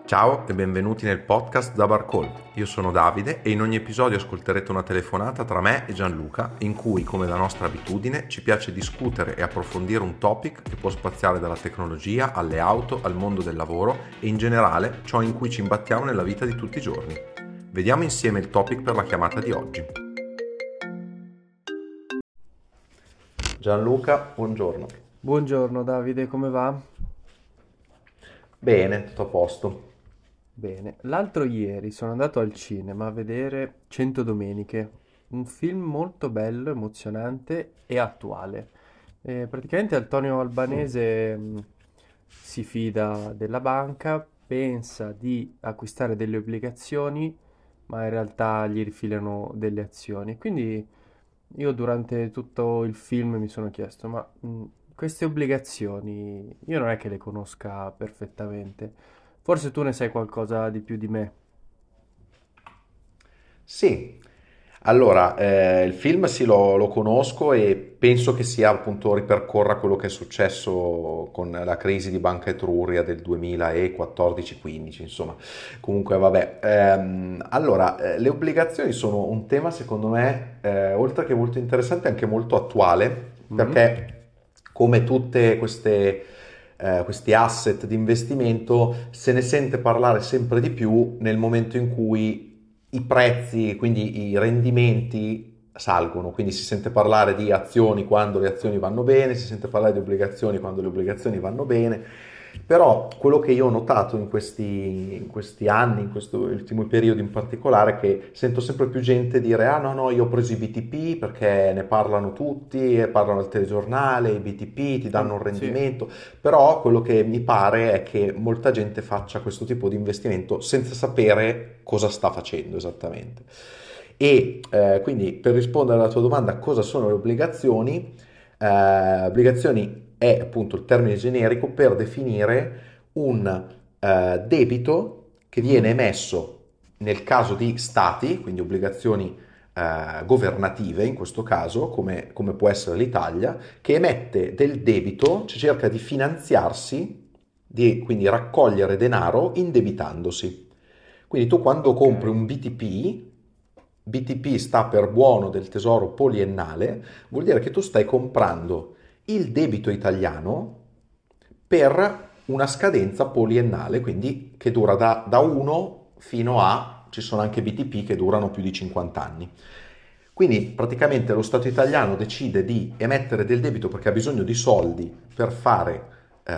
Ciao e benvenuti nel podcast da Barcall. Io sono Davide e in ogni episodio ascolterete una telefonata tra me e Gianluca in cui, come da nostra abitudine, ci piace discutere e approfondire un topic che può spaziare dalla tecnologia alle auto, al mondo del lavoro e in generale ciò in cui ci imbattiamo nella vita di tutti i giorni. Vediamo insieme il topic per la chiamata di oggi. Gianluca, buongiorno. Buongiorno Davide, come va? Bene, tutto a posto. Bene. L'altro ieri sono andato al cinema a vedere 100 Domeniche, un film molto bello, emozionante e attuale. Praticamente Antonio Albanese si fida della banca, pensa di acquistare delle obbligazioni, ma in realtà gli rifilano delle azioni. Quindi io durante tutto il film mi sono chiesto, ma queste obbligazioni io non è che le conosca perfettamente. Forse tu ne sai qualcosa di più di me. Sì, allora, il film sì, lo conosco e penso che sia appunto ripercorra quello che è successo con la crisi di Banca Etruria del 2014-15, insomma, comunque vabbè. Allora, le obbligazioni sono un tema secondo me, oltre che molto interessante, anche molto attuale, Mm? perché come tutte questi asset di investimento se ne sente parlare sempre di più nel momento in cui i prezzi, quindi i rendimenti salgono, quindi si sente parlare di azioni quando le azioni vanno bene, si sente parlare di obbligazioni quando le obbligazioni vanno bene, però quello che io ho notato in questi anni, in questo ultimo periodo in particolare, è che sento sempre più gente dire ah no no, io ho preso i BTP perché ne parlano tutti, e parlano al telegiornale, i BTP ti danno un Sì. rendimento, però quello che mi pare è che molta gente faccia questo tipo di investimento senza sapere cosa sta facendo esattamente. E quindi per rispondere alla tua domanda, cosa sono le obbligazioni? Obbligazioni è appunto il termine generico per definire un debito che Mm? viene emesso nel caso di stati, quindi obbligazioni governative in questo caso, come può essere l'Italia, che emette del debito, cioè cerca di finanziarsi, di quindi raccogliere denaro indebitandosi. Quindi tu quando Ok. compri un BTP sta per buono del tesoro poliennale, vuol dire che tu stai comprando il debito italiano per una scadenza poliennale, quindi che dura da 1 fino a, ci sono anche BTP che durano più di 50 anni. Quindi praticamente lo Stato italiano decide di emettere del debito perché ha bisogno di soldi per fare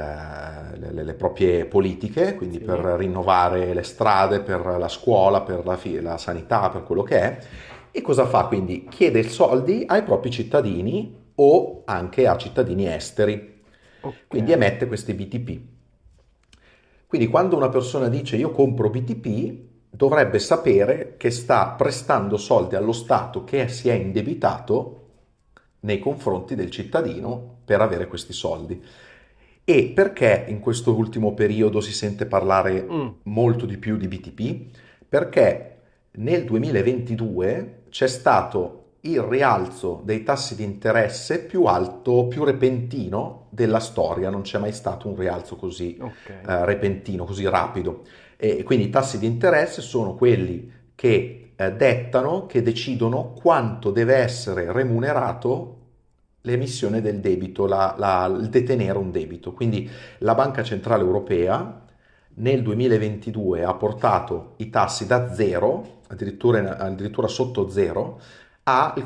le proprie politiche, quindi per Sì. rinnovare le strade, per la scuola, per la sanità, per quello che è. E cosa fa quindi? Chiede soldi ai propri cittadini o anche a cittadini esteri. Ok. Quindi emette questi BTP. Quindi quando una persona dice io compro BTP, dovrebbe sapere che sta prestando soldi allo Stato che si è indebitato nei confronti del cittadino per avere questi soldi. E perché in questo ultimo periodo si sente parlare Mm. molto di più di BTP? Perché nel 2022 c'è stato il rialzo dei tassi di interesse più alto, più repentino della storia. Non c'è mai stato un rialzo così Ok. repentino, così rapido. E quindi i tassi di interesse sono quelli che dettano, che decidono quanto deve essere remunerato l'emissione del debito, il detenere un debito. Quindi la Banca Centrale Europea nel 2022 ha portato i tassi da zero, addirittura sotto zero, al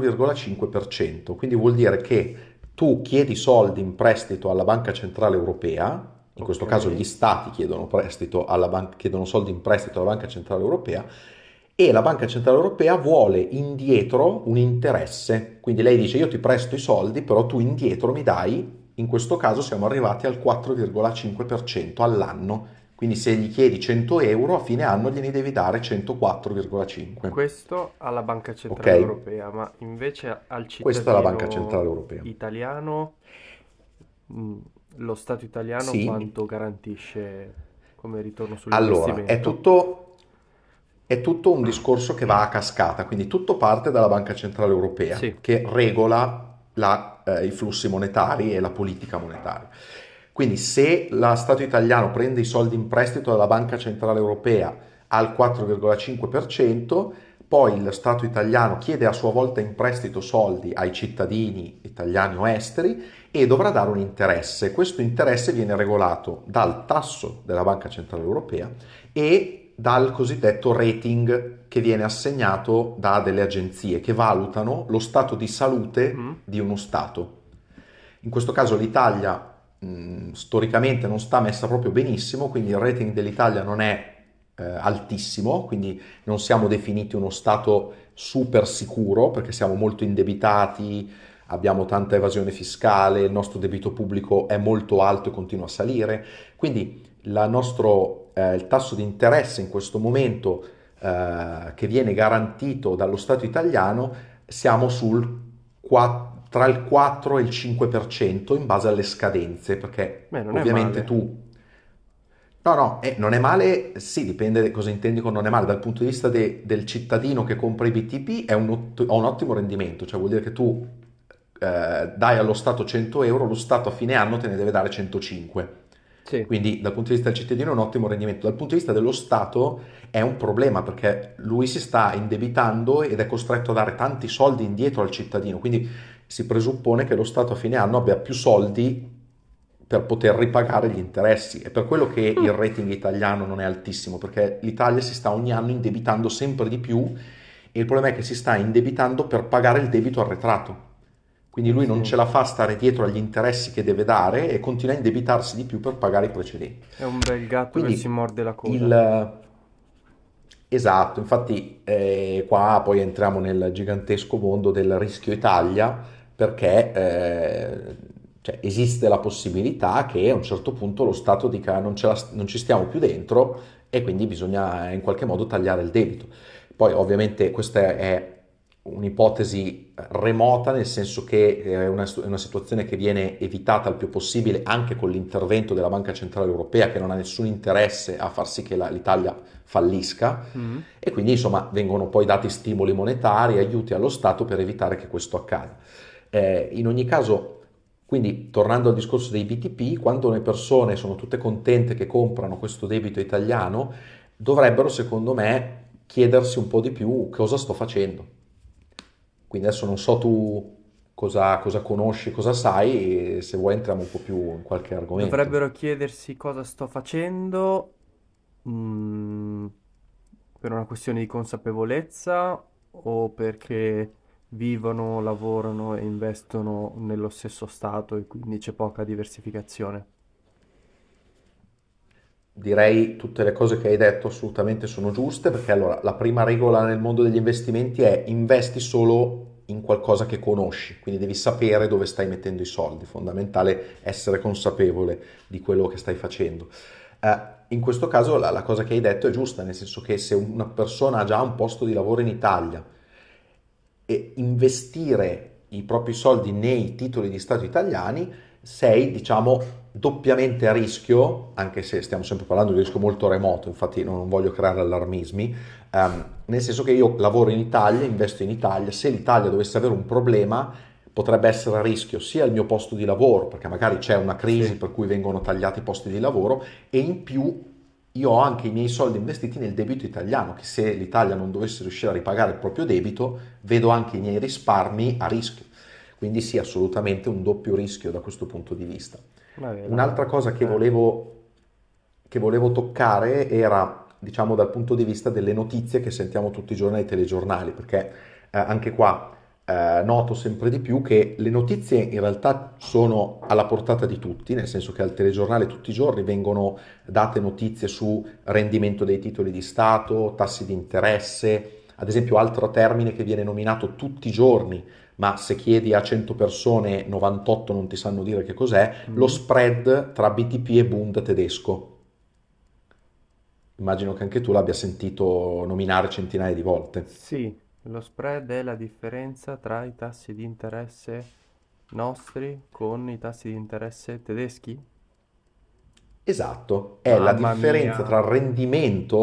4,5%. Quindi vuol dire che tu chiedi soldi in prestito alla Banca Centrale Europea, in Ok. questo caso gli stati chiedono soldi in prestito alla Banca Centrale Europea, e la Banca Centrale Europea vuole indietro un interesse. Quindi lei dice io ti presto i soldi, però tu indietro mi dai, in questo caso siamo arrivati al 4,5% all'anno. Quindi se gli chiedi 100 euro, a fine anno gliene devi dare 104,5. Questo alla Banca Ok? Centrale Europea, ma invece al Questa è la Banca Centrale cittadino Europea. italiano, mm, lo Stato italiano Sì. quanto garantisce come ritorno Allora, è sull'investimento? tutto un discorso che va a cascata, quindi tutto parte dalla Banca Centrale Europea, Sì. che regola i flussi monetari e la politica monetaria. Quindi se lo Stato italiano prende i soldi in prestito dalla Banca Centrale Europea al 4,5%, poi lo Stato italiano chiede a sua volta in prestito soldi ai cittadini italiani o esteri e dovrà dare un interesse. Questo interesse viene regolato dal tasso della Banca Centrale Europea e dal cosiddetto rating che viene assegnato da delle agenzie che valutano lo stato di salute Mm? di uno Stato. In questo caso l'Italia storicamente non sta messa proprio benissimo, quindi il rating dell'Italia non è altissimo, quindi non siamo definiti uno Stato super sicuro perché siamo molto indebitati, abbiamo tanta evasione fiscale, il nostro debito pubblico è molto alto e continua a salire, quindi il tasso di interesse in questo momento che viene garantito dallo Stato italiano siamo tra il 4 e il 5% in base alle scadenze, perché Beh, non è ovviamente male. tu... No, no, non è male, sì, dipende da cosa intendi con non è male. Dal punto di vista del cittadino che compra i BTP ha un ottimo rendimento, cioè vuol dire che tu dai allo Stato 100 euro, lo Stato a fine anno te ne deve dare 105. Sì. Quindi dal punto di vista del cittadino è un ottimo rendimento. Dal punto di vista dello Stato è un problema perché lui si sta indebitando ed è costretto a dare tanti soldi indietro al cittadino. Quindi si presuppone che lo Stato a fine anno abbia più soldi per poter ripagare gli interessi. È per quello che il Mm. rating italiano non è altissimo, perché l'Italia si sta ogni anno indebitando sempre di più e il problema è che si sta indebitando per pagare il debito arretrato. Quindi lui non Sì, ce la fa a stare dietro agli interessi che deve dare e continua a indebitarsi di più per pagare i precedenti. è un bel gatto che si Quindi morde la coda. il... Esatto, infatti qua poi entriamo nel gigantesco mondo del rischio Italia perché cioè, esiste la possibilità che a un certo punto lo Stato dica non ci stiamo più dentro e quindi bisogna in qualche modo tagliare il debito. Poi ovviamente questa è un'ipotesi remota, nel senso che è una situazione che viene evitata il più possibile anche con l'intervento della Banca Centrale Europea, che non ha nessun interesse a far sì che l'Italia fallisca, Mm? e quindi insomma vengono poi dati stimoli monetari, aiuti allo Stato per evitare che questo accada. In ogni caso, quindi tornando al discorso dei BTP, quando le persone sono tutte contente che comprano questo debito italiano, dovrebbero secondo me chiedersi un po' di più cosa sto facendo. Quindi adesso non so tu cosa conosci, cosa sai, e se vuoi entriamo un po' più in qualche argomento. Dovrebbero chiedersi cosa sto facendo, mm, per una questione di consapevolezza o perché vivono, lavorano e investono nello stesso stato e quindi c'è poca diversificazione. Direi tutte le cose che hai detto assolutamente sono giuste, perché allora la prima regola nel mondo degli investimenti è investi solo in qualcosa che conosci, quindi devi sapere dove stai mettendo i soldi, fondamentale essere consapevole di quello che stai facendo. In questo caso la cosa che hai detto è giusta, nel senso che se una persona ha già un posto di lavoro in Italia e investire i propri soldi nei titoli di Stato italiani, sei, diciamo, doppiamente a rischio, anche se stiamo sempre parlando di rischio molto remoto, infatti non voglio creare allarmismi, nel senso che io lavoro in Italia, investo in Italia, se l'Italia dovesse avere un problema potrebbe essere a rischio sia il mio posto di lavoro, perché magari c'è una crisi Sì. per cui vengono tagliati i posti di lavoro, e in più io ho anche i miei soldi investiti nel debito italiano, che se l'Italia non dovesse riuscire a ripagare il proprio debito, vedo anche i miei risparmi a rischio. Quindi sì, assolutamente un doppio rischio da questo punto di vista. Vabbè, Un'altra cosa eh, che volevo toccare era, diciamo, dal punto di vista delle notizie che sentiamo tutti i giorni ai telegiornali, perché anche qua noto sempre di più che le notizie in realtà sono alla portata di tutti, nel senso che al telegiornale tutti i giorni vengono date notizie su rendimento dei titoli di Stato, tassi di interesse, ad esempio altro termine che viene nominato tutti i giorni, ma se chiedi a 100 persone 98 non ti sanno dire che cos'è, lo mm. spread tra BTP e Bund tedesco. Immagino che anche tu l'abbia sentito nominare centinaia di volte. Sì, lo spread è la differenza tra i tassi di interesse nostri con i tassi di interesse tedeschi? Esatto, è la Mamma differenza mia. tra il rendimento Mm.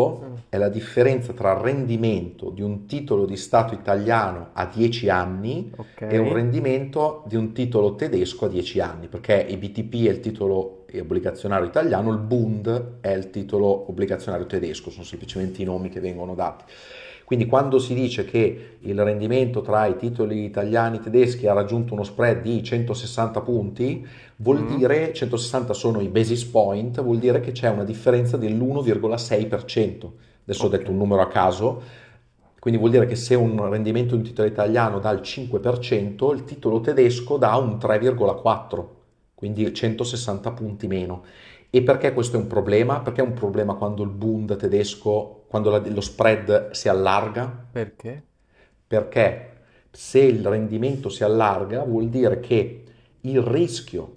è la differenza tra il rendimento di un titolo di Stato italiano a 10 anni Ok, e un rendimento di un titolo tedesco a 10 anni, perché il BTP è il titolo obbligazionario italiano, il Bund è il titolo obbligazionario tedesco, sono semplicemente i nomi che vengono dati. Quindi quando si dice che il rendimento tra i titoli italiani e tedeschi ha raggiunto uno spread di 160 punti, vuol mm, dire, 160 sono i basis point, vuol dire che c'è una differenza dell'1,6%. Adesso ho ok, detto un numero a caso, quindi vuol dire che se un rendimento di un titolo italiano dà il 5%, il titolo tedesco dà un 3,4%, quindi 160 punti meno. E perché questo è un problema? Perché è un problema quando il Bund tedesco, quando lo spread si allarga? perché? Perché se il rendimento si allarga vuol dire che il rischio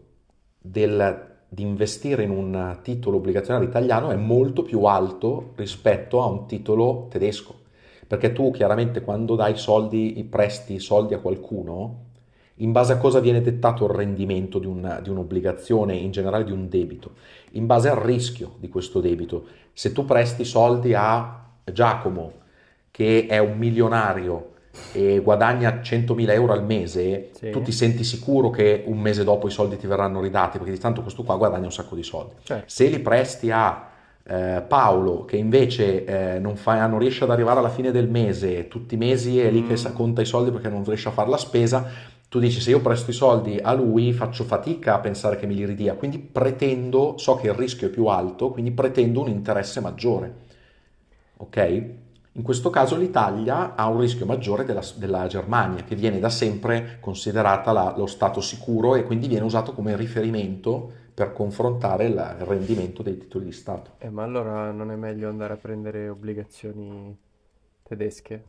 di investire in un titolo obbligazionario italiano è molto più alto rispetto a un titolo tedesco. Perché tu chiaramente quando dai soldi, presti soldi a qualcuno, in base a cosa viene dettato il rendimento di un'obbligazione, in generale di un debito? In base al rischio di questo debito. Se tu presti soldi a Giacomo, che è un milionario e guadagna 100.000 euro al mese, tu Sì, ti senti sicuro che un mese dopo i soldi ti verranno ridati, perché di tanto questo qua guadagna un sacco di soldi. certo. Se li presti a Paolo, che invece non riesce ad arrivare alla fine del mese, tutti i mesi è lì che Mm, conta i soldi perché non riesce a fare la spesa, tu dici se io presto i soldi a lui faccio fatica a pensare che me li ridia, quindi pretendo, so che il rischio è più alto, quindi pretendo un interesse maggiore, ok? In questo caso l'Italia ha un rischio maggiore della Germania, che viene da sempre considerata lo Stato sicuro e quindi viene usato come riferimento per confrontare il rendimento dei titoli di Stato. ma allora non è meglio andare a prendere obbligazioni tedesche?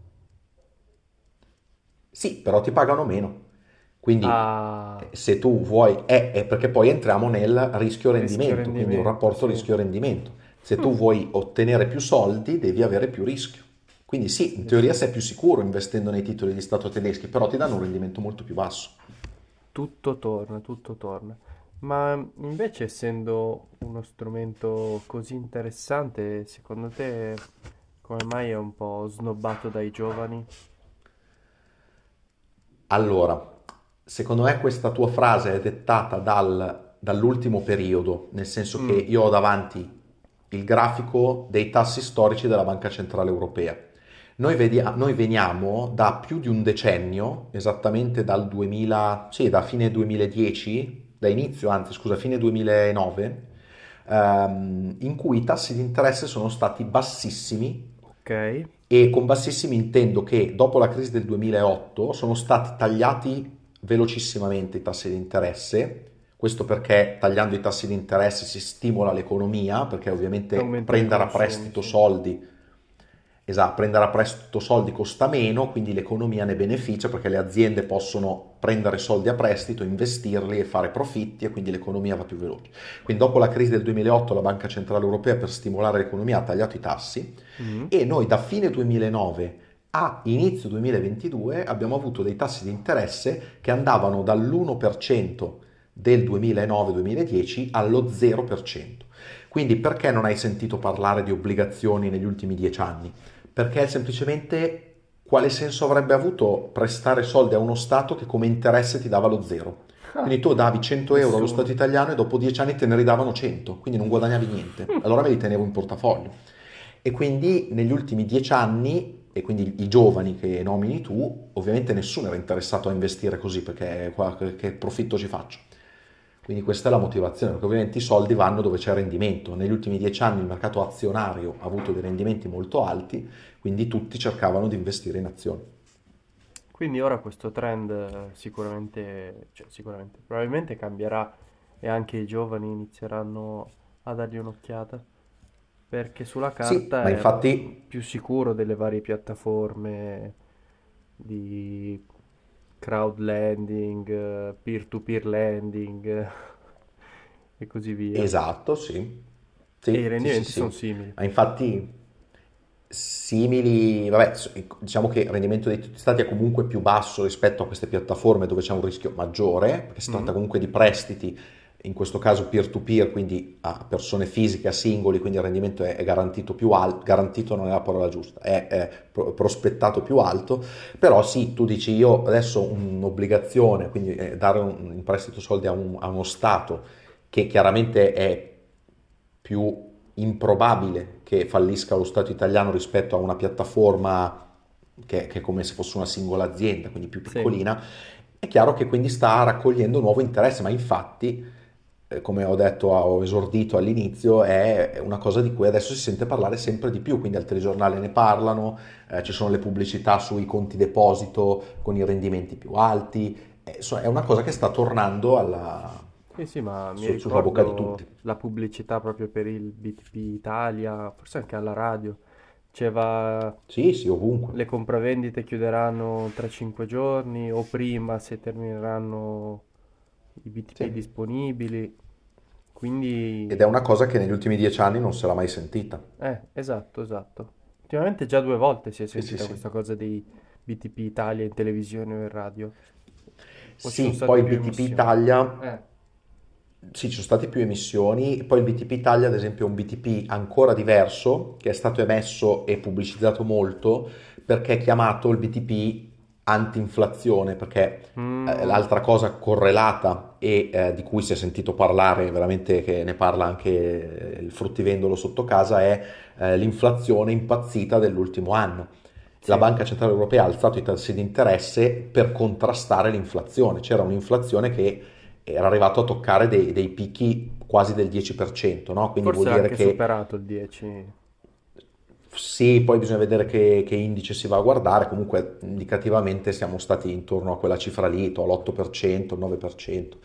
Sì, però ti pagano meno. Quindi Ah, se tu vuoi, è perché poi entriamo nel rischio-rendimento, quindi un rischio-rendimento, rapporto sì. rischio-rendimento. Se Mm, tu vuoi ottenere più soldi, devi avere più rischio. Quindi sì, in sì, teoria sì. sei più sicuro investendo nei titoli di Stato tedeschi, però ti danno un rendimento molto più basso. Tutto torna, tutto torna. Ma invece, essendo uno strumento così interessante, secondo te come mai è un po' snobbato dai giovani? Allora, secondo me questa tua frase è dettata dall'ultimo periodo, nel senso che Mm, io ho davanti il grafico dei tassi storici della Banca Centrale Europea. Noi veniamo da più di un decennio, esattamente dal 2000, sì, da fine 2010, da inizio, anzi scusa, fine 2009, in cui i tassi di interesse sono stati bassissimi ok, e con bassissimi intendo che dopo la crisi del 2008 sono stati tagliati velocissimamente i tassi di interesse. Questo perché tagliando i tassi di interesse si stimola l'economia, perché ovviamente aumentano i prendere a consumi, prestito sì. soldi, esatto, prendere a prestito soldi costa meno, quindi l'economia ne beneficia perché le aziende possono prendere soldi a prestito, investirli e fare profitti e quindi l'economia va più veloce. Quindi dopo la crisi del 2008 la Banca Centrale Europea per stimolare l'economia ha tagliato i tassi Mm, e noi da fine 2009 a inizio 2022 abbiamo avuto dei tassi di interesse che andavano dall'1% del 2009-2010 allo 0%. Quindi perché non hai sentito parlare di obbligazioni negli ultimi 10 anni? Perché semplicemente quale senso avrebbe avuto prestare soldi a uno Stato che come interesse ti dava lo zero? ah, Quindi tu davi 100 euro allo Stato nessuno. italiano e dopo 10 anni te ne ridavano 100, quindi non guadagnavi niente. Allora me li tenevo in portafoglio. E quindi negli ultimi 10 anni, e quindi i giovani che nomini tu, ovviamente nessuno era interessato a investire così perché che profitto ci faccio. Quindi questa è la motivazione, perché ovviamente i soldi vanno dove c'è rendimento. Negli ultimi 10 anni il mercato azionario ha avuto dei rendimenti molto alti, quindi tutti cercavano di investire in azioni. Quindi ora questo trend sicuramente, probabilmente cambierà e anche i giovani inizieranno a dargli un'occhiata, perché sulla Sì, carta ma è infatti più sicuro delle varie piattaforme di crowd lending, peer-to-peer lending e così via. esatto, sì. E i Sì, sì, sì, rendimenti sono sì. simili. Ma infatti simili, vabbè, diciamo che il rendimento dei titoli di Stati è comunque più basso rispetto a queste piattaforme dove c'è un rischio maggiore, perché si tratta Mm, comunque di prestiti in questo caso peer-to-peer, quindi a persone fisiche, a singoli, quindi il rendimento è garantito più alto, garantito non è la parola giusta, è prospettato più alto, però sì, tu dici io adesso un'obbligazione, quindi dare in prestito soldi a uno Stato che chiaramente è più improbabile che fallisca lo Stato italiano rispetto a una piattaforma che è come se fosse una singola azienda, quindi più Sì. piccolina, è chiaro che quindi sta raccogliendo nuovo interesse, ma infatti, come ho detto, ho esordito all'inizio, è una cosa di cui adesso si sente parlare sempre di più, quindi al telegiornale ne parlano, ci sono le pubblicità sui conti deposito con i rendimenti più alti, insomma, è una cosa che sta tornando Sì, sì, ma mi sulla bocca di tutti. ricordo la pubblicità proprio per il BTP Italia, forse anche alla radio. Diceva Sì, sì, ovunque. le compravendite chiuderanno tra 5 giorni o prima se termineranno i BTP Sì. disponibili. Ed è Quindi, una cosa che negli ultimi 10 anni non si era mai sentita. esatto, esatto. Ultimamente già 2 volte si è Sì, sì, sentita sì. questa cosa dei BTP Italia in televisione o in radio. O ci sono Sì, state poi il più BTP emissioni? Italia, Eh. sì, ci sono state più emissioni, poi il BTP Italia, ad esempio, è un BTP ancora diverso, che è stato emesso e pubblicizzato molto, perché è chiamato il BTP anti-inflazione, perché Mm, l'altra cosa correlata e di cui si è sentito parlare, veramente che ne parla anche il fruttivendolo sotto casa, è l'inflazione impazzita dell'ultimo anno. La sì. Banca Centrale Europea ha alzato i tassi di interesse per contrastare l'inflazione. C'era un'inflazione che era arrivata a toccare dei picchi quasi del 10%, no? Quindi vuol Forse ha dire anche che superato il 10. sì, poi bisogna vedere che indice si va a guardare, comunque indicativamente siamo stati intorno a quella cifra lì, all'8%, il 9%.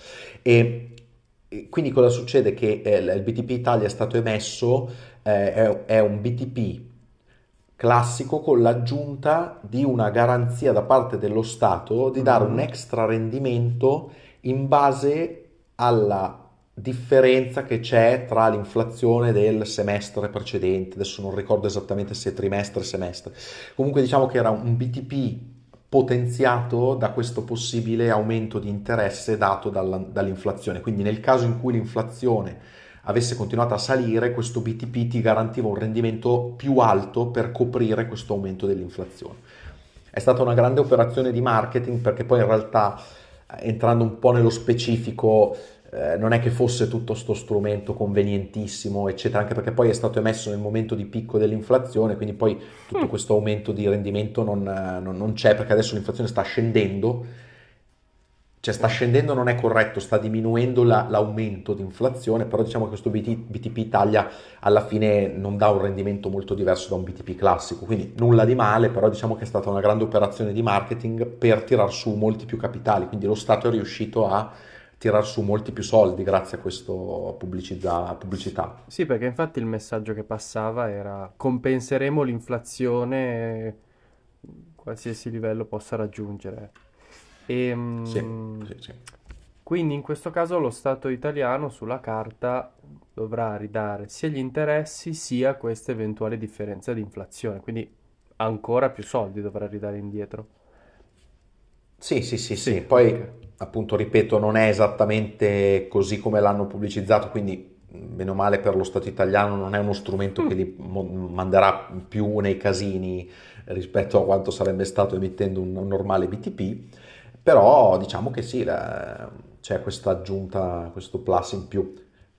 E quindi cosa succede? Che il BTP Italia è stato emesso, è un BTP classico con l'aggiunta di una garanzia da parte dello Stato di dare un Mm. extra rendimento in base alla differenza che c'è tra l'inflazione del semestre precedente, adesso non ricordo esattamente se trimestre o semestre, comunque diciamo che era un BTP potenziato da questo possibile aumento di interesse dato dall'inflazione, quindi nel caso in cui l'inflazione avesse continuato a salire, questo BTP ti garantiva un rendimento più alto per coprire questo aumento dell'inflazione. È stata una grande operazione di marketing perché poi in realtà, entrando un po' nello specifico, non è che fosse tutto sto strumento convenientissimo, eccetera, anche perché poi è stato emesso nel momento di picco dell'inflazione, quindi poi tutto questo aumento di rendimento non c'è perché adesso l'inflazione sta scendendo, cioè sta Sì. scendendo non è corretto, sta diminuendo l'aumento di inflazione, però diciamo che questo BTP Italia alla fine non dà un rendimento molto diverso da un BTP classico, quindi nulla di male, però diciamo che è stata una grande operazione di marketing per tirar su molti più capitali, quindi lo Stato è riuscito a tirar su molti più soldi grazie a questa Sì, pubblicità. sì, perché infatti il messaggio che passava era compenseremo l'inflazione qualsiasi livello possa raggiungere. E, Sì, sì, sì. quindi in questo caso lo Stato italiano sulla carta dovrà ridare sia gli interessi sia questa eventuale differenza di inflazione, quindi ancora più soldi dovrà ridare indietro. Sì, sì, sì, sì. Sì, ok. Poi, appunto, ripeto, non è esattamente così come l'hanno pubblicizzato, quindi meno male per lo Stato italiano non è uno strumento che li manderà più nei casini rispetto a quanto sarebbe stato emettendo un normale BTP, però diciamo che sì, c'è questa aggiunta, questo plus in più.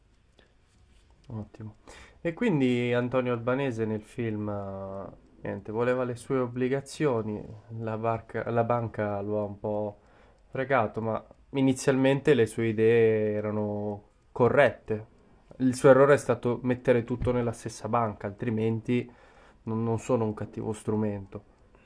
Ottimo. E quindi Antonio Albanese nel film, niente, voleva le sue obbligazioni, la banca lo ha un po' fregato, ma inizialmente le sue idee erano corrette. Il suo errore è stato mettere tutto nella stessa banca, altrimenti non sono un cattivo strumento.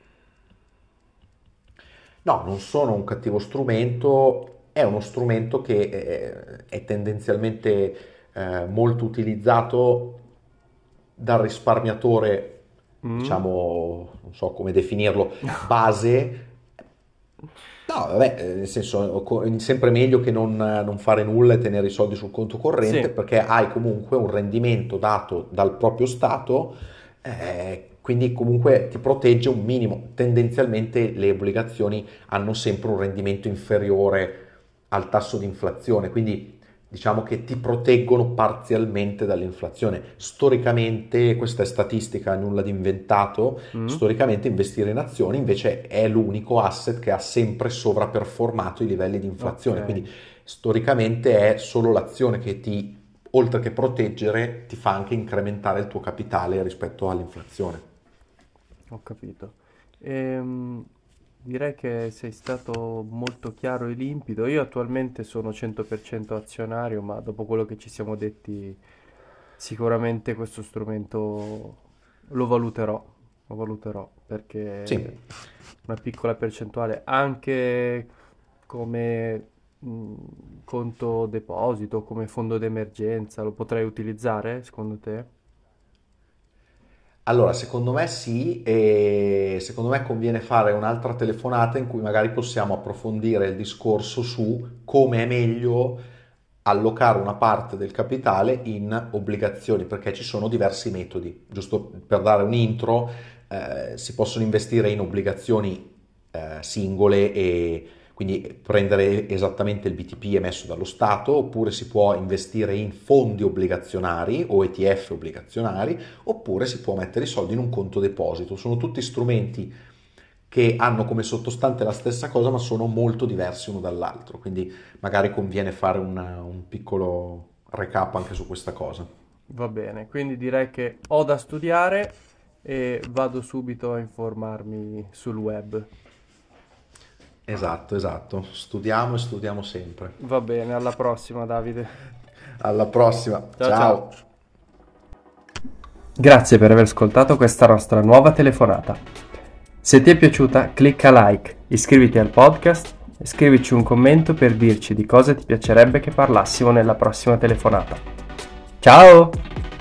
No, non sono un cattivo strumento, è uno strumento che è tendenzialmente molto utilizzato dal risparmiatore, Mm? diciamo, non so come definirlo, base. No, vabbè, nel senso, è sempre meglio che non fare nulla e tenere i soldi sul conto corrente Sì, perché hai comunque un rendimento dato dal proprio Stato, quindi comunque ti protegge un minimo. Tendenzialmente le obbligazioni hanno sempre un rendimento inferiore al tasso di inflazione, quindi diciamo che ti proteggono parzialmente dall'inflazione. Storicamente, questa è statistica, nulla di inventato, Mm? storicamente investire in azioni invece è l'unico asset che ha sempre sovraperformato i livelli di Ok, inflazione, quindi storicamente è solo l'azione che ti, oltre che proteggere, ti fa anche incrementare il tuo capitale rispetto all'inflazione. ho capito. Ehm, Direi che sei stato molto chiaro e limpido. Io attualmente sono 100% azionario, ma dopo quello che ci siamo detti, sicuramente questo strumento lo valuterò, lo valuterò perché Sì. una piccola percentuale anche come conto deposito, come fondo d'emergenza, lo potrei utilizzare secondo te? Allora, secondo me sì, e secondo me conviene fare un'altra telefonata in cui magari possiamo approfondire il discorso su come è meglio allocare una parte del capitale in obbligazioni, perché ci sono diversi metodi. Giusto per dare un intro, si possono investire in obbligazioni singole e quindi prendere esattamente il BTP emesso dallo Stato, oppure si può investire in fondi obbligazionari o ETF obbligazionari, oppure si può mettere i soldi in un conto deposito. Sono tutti strumenti che hanno come sottostante la stessa cosa, ma sono molto diversi uno dall'altro. Quindi magari conviene fare un piccolo recap anche su questa cosa. Va bene, quindi direi che ho da studiare e vado subito a informarmi sul web. Esatto, esatto. Studiamo e studiamo sempre. Va bene, alla prossima, Davide. Alla prossima. Ciao ciao. Ciao. Grazie per aver ascoltato questa nostra nuova telefonata. Se ti è piaciuta, clicca like, iscriviti al podcast e scrivici un commento per dirci di cosa ti piacerebbe che parlassimo nella prossima telefonata. Ciao!